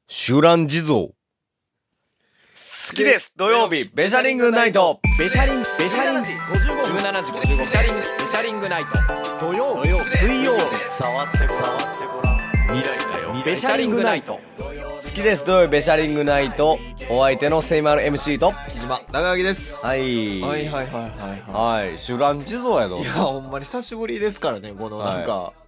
集団地蔵。好きです。土曜日、ベシャリングナイト。ベシャリン17時55分。ベシャリングナイト。土曜、水曜。触ってごらん。未来だよ。ベシャリングナイト。好きです。土曜日、ベシャリングナイト。お相手のセイマル MC と木島長木です。 はい。はい。集団地蔵やぞ。 いや、ほんまに久しぶりですからね、このなんか。 はい、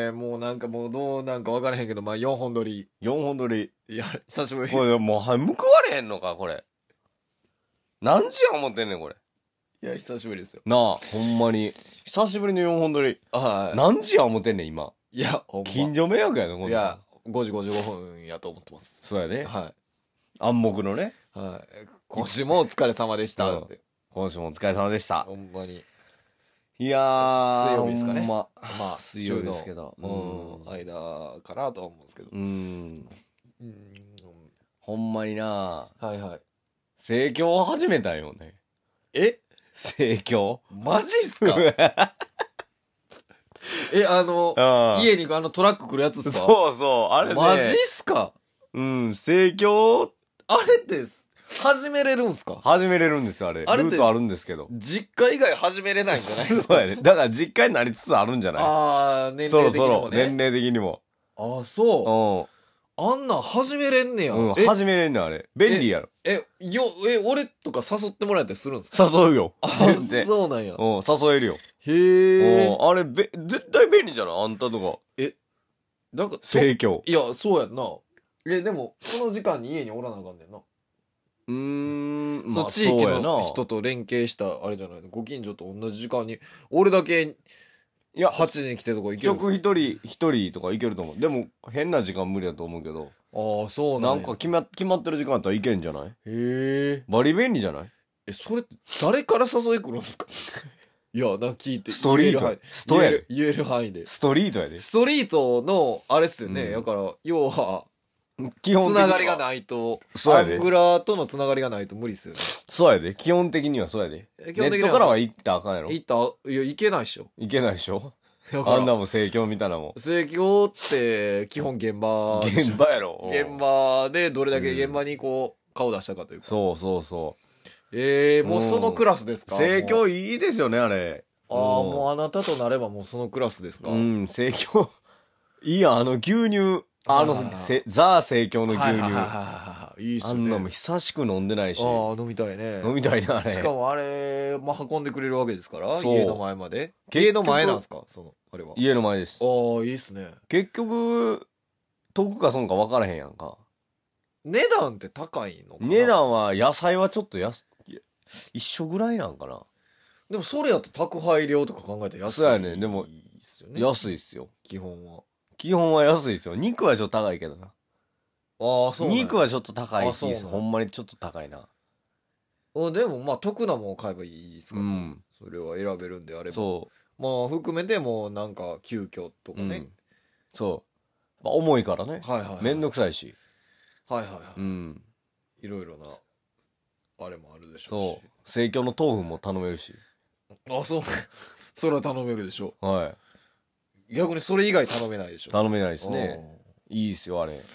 もうなんかもうどうなんか分からへんけど、まあ4本撮り。 4本撮り。 いや、久しぶり。 これもう、報われへんのか、これ。何時や思ってんねん、これ。 いや、久しぶりですよ。 なあ、ほんまに。久しぶりの4本撮り。 はい。 何時や思ってんねん、今。 いや、ほんま。 近所迷惑やで、こんいや、5時55分やと思ってます。 そうやね。 はい。 暗黙のね。 はい。今週もお疲れ様でしたって。 今週もお疲れ様でした。 ほんまに。 いやー、 水曜日ですかね。 まあ、 水曜日ですけど。 間かなとは思うんですけど。 ほんまになはいはい。 盛況を始めたよね。 え盛況マジっすか家にトラック来るやつっすか？ そうそう、あれね。 マジっすか？ 盛況。 あれって始めれるんすか？ 始めれるんですよ、あれ。ルートあるんですけど。 実家以外始めれないんじゃないですか？ そうやね。だから実家になりつつあるんじゃない？ あー、年齢的にもね。 そろそろ、年齢的にも。 あー、そう。あんなん始めれんねや。 始めれんねん、あれ。便利やろ。 俺とか誘ってもらえたりするんですか？ 誘うよ。 あ、そうなんや。 誘えるよ。 へえ。 あれ、絶対便利じゃないあんたとか。 なんか、 盛況。 いや、そうやんな。でも、その時間に家におらなあかんねんな。 まあ、 地域の人と連携したあれじゃないの。ご近所と同じ時間に、俺だけ、いや、8時に来てとか行ける。 一人とか行けると思う。でも、変な時間無理だと思うけど。 ああ、そうなんや。 なんか決まってる時間だったら行けんじゃない？ へえ。 バリ便利じゃない？ それ、誰から誘い来るんですか？いや、聞いて。 ストリート。 言える範囲で。 ストリートやで。 ストリートの、あれっすよね。だから、要は、 基本的につながりがないと、 そうやで。 アングラーとのつながりがないと無理っすよね。 そうやで。基本的にはそうやで。 基本的には。ネットからは行ったらあかんやろ。 いや、行けないっしょ。 行けないでしょ。あんなもん盛況みたいなもん。 盛況って、基本現場。 現場やろ。 現場でどれだけ現場にこう、顔出したかというか。 そう。 もうそのクラスですか？ 盛況いいですよね、あれ。 もうあなたとなればもうそのクラスですか？ 盛況。いいやん、牛乳。ザ盛況の牛乳。 いいっすね。 あんなも久しく飲んでないし。 飲みたいね。 飲みたいな、あれ。 しかもあれ、運んでくれるわけですから、家の前まで。家の前なんすか？あれは。 家の前です。 いいっすね。 結局、得か損か分からへんやんか。 値段って高いのかな？ 値段は、野菜はちょっと一緒ぐらいなんかな。 でもそれやと宅配料とか考えたら安い。 そうやね。でも、安いっすよ。 基本は。 基本は安いっすよ。肉はちょっと高いけどな。 そう。 肉はちょっと高い気です。ほんまにちょっと高いな。 でもまあ得なもんを買えばいいですから。それは選べるんであれば。そう。まあ含めてもなんか急遽とかね。 そう。重いからね。めんどくさいし。 いろいろな、あれもあるでしょうし。 そう。盛況の豆腐も頼めるし。 そう。それは頼めるでしょ。 はい。 逆にそれ以外頼めないでしょ。 頼めないですね。いいっすよ、あれ。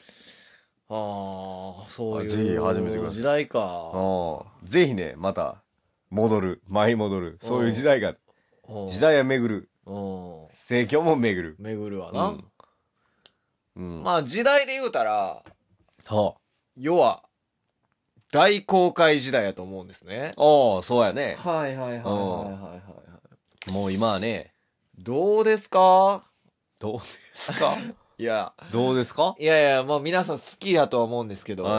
そういう。 ぜひ始めてください。 時代か。 ぜひね、また、舞い戻る。そういう時代が、時代は巡る。盛況も巡る。 巡るわな。まあ時代で言うたら、要は、大航海時代やと思うんですね。 そうやね。もう今はね。 どうですか？ いや。どうですか？ いやいや、まあ皆さん好きやとは思うんですけど。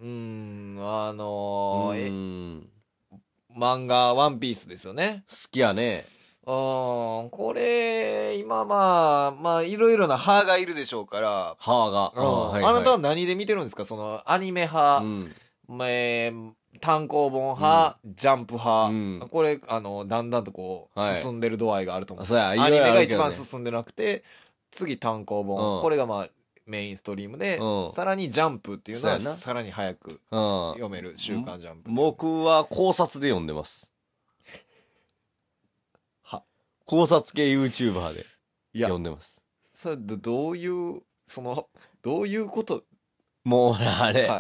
漫画、ワンピースですよね。 好きやね。 これ、今まあ、いろいろな派がいるでしょうから。あなたは何で見てるんですか？アニメ派、単行本派、ジャンプ派。これ、だんだんとこう、進んでる度合いがあると思うんです。アニメが一番進んでなくて、次単行本。これがまあ、メインストリームで、さらにジャンプっていうのはさらに早く読める週刊ジャンプ。 僕は考察で読んでます。考察系 YouTuber で読んでます。 それどういうこともうあれ、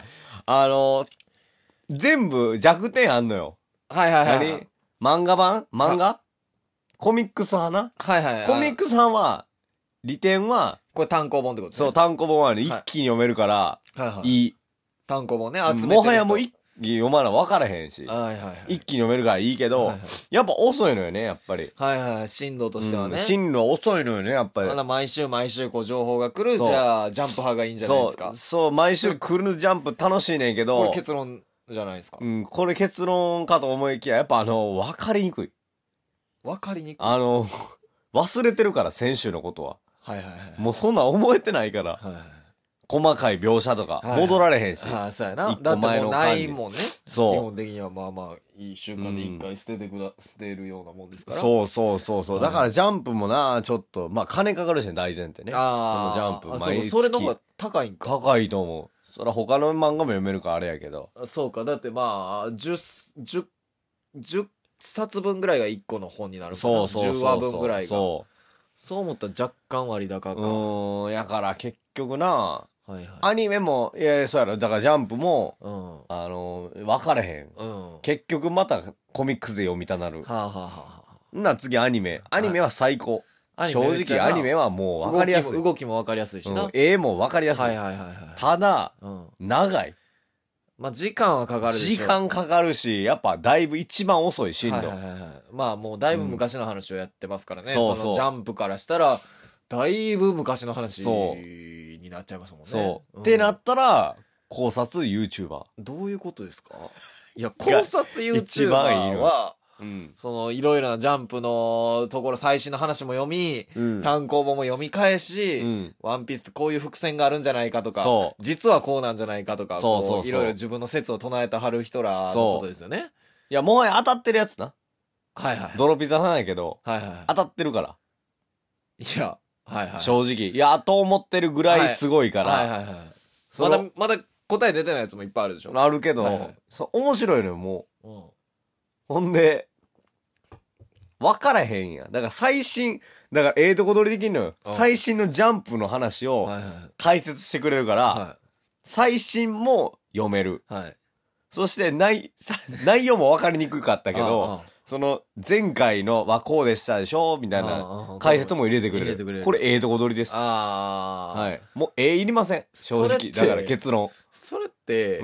全部弱点あんのよ。 はいはいはい。 漫画コミックス派な。 はいはい。 コミックス派は、利点は、 これ単行本ってことですね。そう、単行本はね、一気に読めるから、いい。 単行本ね、集めてる。 もはやもう一気に読まな分からへんし。 はいはいはい。 一気に読めるからいいけど、やっぱ遅いのよね、やっぱり。 はいはい、進路としてはね。 進路遅いのよね、やっぱり。 毎週こう情報が来る、じゃあ、ジャンプ派がいいんじゃないですか。 そう、毎週来るジャンプ楽しいねんけど。 これ結論じゃないですか。 これ結論かと思いきや、やっぱ分かりにくい。 分かりにくい。 忘れてるから、先週のことは。 はいはいはい。 もうそんなん覚えてないから。はい。細かい描写とか、戻られへんし。 はい、そうやな。だってもうないもんね。そう。基本的にはまあまあ、1週間で1回捨てるようなもんですから。 そう。だからジャンプもな、ちょっと、まあ金かかるしね、大前提ね。そのジャンプ、毎月。 それの方が高いんか。 高いと思う。そら他の漫画も読めるからあれやけど。 そうか、だってまあ、10冊分ぐらいが1個の本になるから。10話分ぐらいが。そう思ったら若干割高か。 やから結局な、アニメも、いや、そうやろ。だからジャンプも、分かれへん。結局またコミックスで読みたなる。次アニメ。アニメは最高。正直アニメはもう分かりやすい。 動きも分かりやすいしな。 絵も分かりやすい。ただ、長い。 まあ時間はかかるでしょ。 時間かかるし、やっぱだいぶ一番遅い進路。 まあもうだいぶ昔の話をやってますからね。そのジャンプからしたら、だいぶ昔の話になっちゃいますもんね。 そう。ってなったら、考察 YouTuber。 どういうことですか？いや、考察 YouTuber は、そのいろいろなジャンプのところ最新の話も読み、単行本も読み返し、ワンピースってこういう伏線があるんじゃないかとか、実はこうなんじゃないかとか、いろいろ自分の説を唱えたはる人らのことですよね。 いや、もはや当たってるやつな。 はいはい。 ドロピザなんやけど、当たってるから。 いや、 正直。いや、と思ってるぐらいすごいから。 まだ答え出てないやつもいっぱいあるでしょ。 あるけど、面白いのよ、もう。ほんで、分からへんやん。だからええとこ取りできんのよ。最新のジャンプの話を解説してくれるから、最新も読める。そして内容も分かりにくかったけど、その前回のはこうでしたでしょみたいな解説も入れてくれる。これええとこ取りです。はい。もういりません。正直。だから結論。 それって、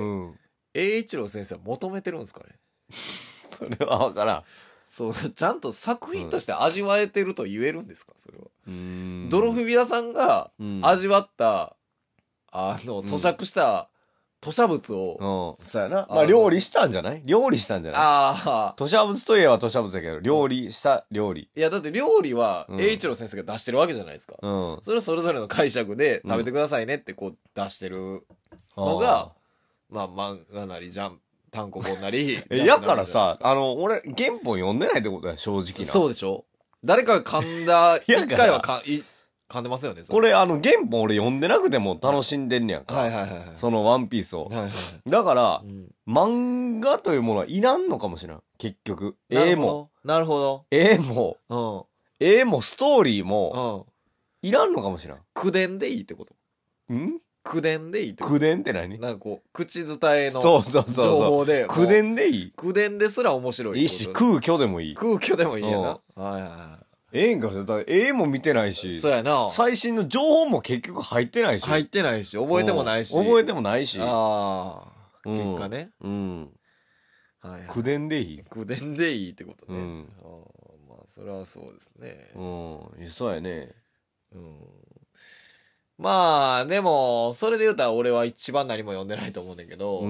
栄一郎先生は求めてるんですかね？ それは分からん。 そう、ちゃんと作品として味わえてると言えるんですか、それは。ドロフィビアさんが味わった、咀嚼した吐砂物を。 そうやな。まあ料理したんじゃない吐砂物といえば吐砂物だけど、料理。 いや、だって料理は、栄一郎先生が出してるわけじゃないですか。それをそれぞれの解釈で食べてくださいねってこう出してるのが、まあ漫画なり単行本なり。 やからさ、俺、原本読んでないってことだよ、正直な。 そうでしょ？誰かが噛んだ、一回は噛んでますよね。 これ、原本俺読んでなくても楽しんでんねやんか。そのワンピースを。だから、漫画というものはいらんのかもしれん。結局。絵も。 なるほど。 絵も、ストーリーも、いらんのかもしれん。 口伝でいいってこと？口伝でいいってこと？ 口伝って何？ なんかこう、口伝えの情報で。 口伝でいい？ 口伝ですら面白い。 いいし、空虚でもいい。 空虚でもいいやな。はいはいはい。 ええんかだから絵も見てないし。 そうやな。 最新の情報も結局入ってないし。 入ってないし、覚えてもないし。 覚えてもないし。 結果ね。 口伝でいい？ 口伝でいいってことね。まあ、それはそうですね。 そうやね。 まあ、でも、それで言うたら俺は一番何も読んでないと思うねんだけど、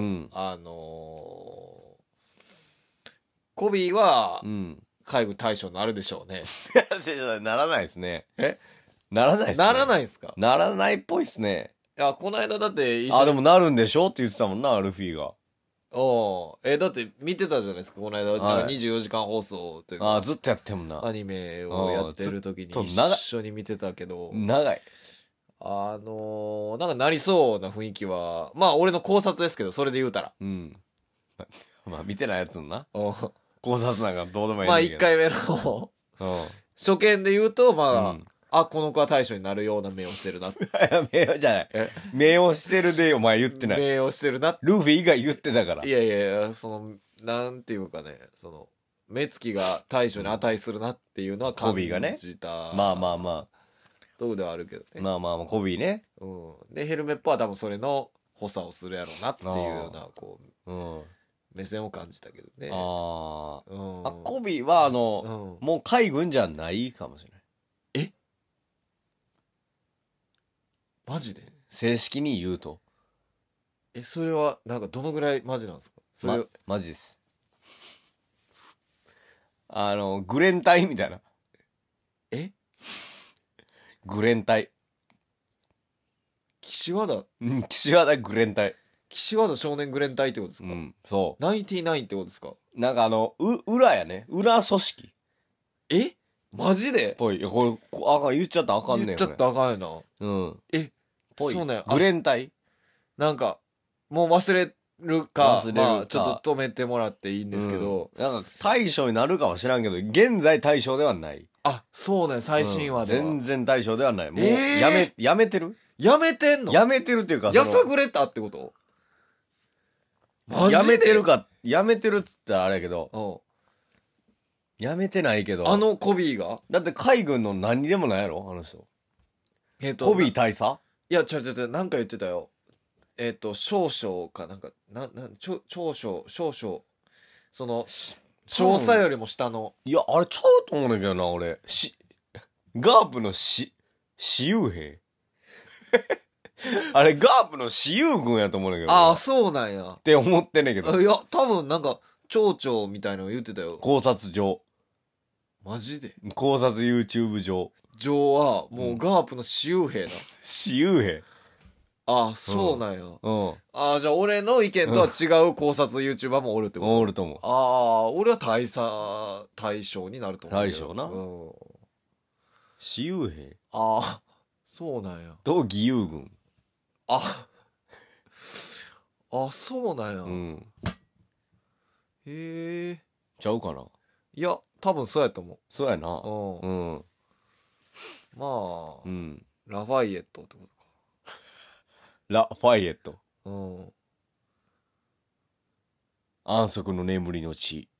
コビーは、介護対象になるでしょうね。 ならないですね。 ならないっすね。ならないんすか？ ならないっぽいっすね。 いや、この間だって一緒に。 でもなるんでしょって言ってたもんな、ルフィが。 だって見てたじゃないですか、この間。24時間放送というか。ずっとやってんもんな。 アニメをやってる時に一緒に見てたけど。 長い。 なんかなりそうな雰囲気は、まあ俺の考察ですけど、それで言うたら。 まあ見てないやつのな。考察なんかどうでもいいんだけど。まあ1回目の初見で言うと、まあ、 あ、この子は大将になるような目をしてるな。 目をじゃない。目をしてるでお前言ってない。 目をしてるな。 ルフィ以外言ってたから。 いやいやいや、なんていうかね、目つきが大将に値するなっていうのは感じた。 コビーがね。まあまあまあ。 どうではあるけどね。 まあまあ、コビーね。 うん。で、ヘルメットは多分それの補佐をするやろうなっていうような、目線を感じたけどね。 あ、コビーはもう海軍じゃないかもしれない。 えマジで正式に言うと。 それは、なんかどのぐらいマジなんですか？それ、 マジです。グレン隊みたいな。グレン隊。 岸和田岸和田グレン隊。 岸和田少年グレン隊ってことですか？ そう。 ナインティナインってことですか？ なんか裏やね。裏組織。 マジで？ ぽい。これ、言っちゃったらあかんねん。 言っちゃったらあかんよな。 ぽい。 そうね。 グレン隊？ なんか、もう忘れるか、まあ、ちょっと止めてもらっていいんですけど。 なんか、大将になるかは知らんけど、現在大将ではない。 あ、そうね、最新話では。 全然大将ではない。もう、やめてる？ やめてんの？ やめてるっていうか、 やさぐれたってこと？マジで？ やめてるか、やめてるって言ったらあれやけど、やめてないけど。 コビーが？ だって海軍の何にでもないやろあの人。コビー大佐？ いや、なんか言ってたよ。少々かなんか、少々、少佐よりも下の。 いや、あれちゃうと思うんだけどな、俺。ガープの私有兵あれ、ガープの私有軍やと思うんだけど。 ああ、そうなんや。 って思ってんねんけど。 いや、多分なんか、町長みたいなの言ってたよ。 考察上。 マジで？ 考察 YouTube 上。 上は、もうガープの私有兵な。 私有兵？ ああ、そうなんや。ああ、じゃあ俺の意見とは違う考察 YouTuber もおるってこと？ おると思う。 ああ、俺は大将になると思う。 大将な。私有兵？ ああ、そうなんや。 と義勇軍。 そうなんや。へえ。 ちゃうかな？ いや、多分そうやと思う。 そうやな。 まあ、ラファイエットってことか。 ラファイエット。安息の眠りの地。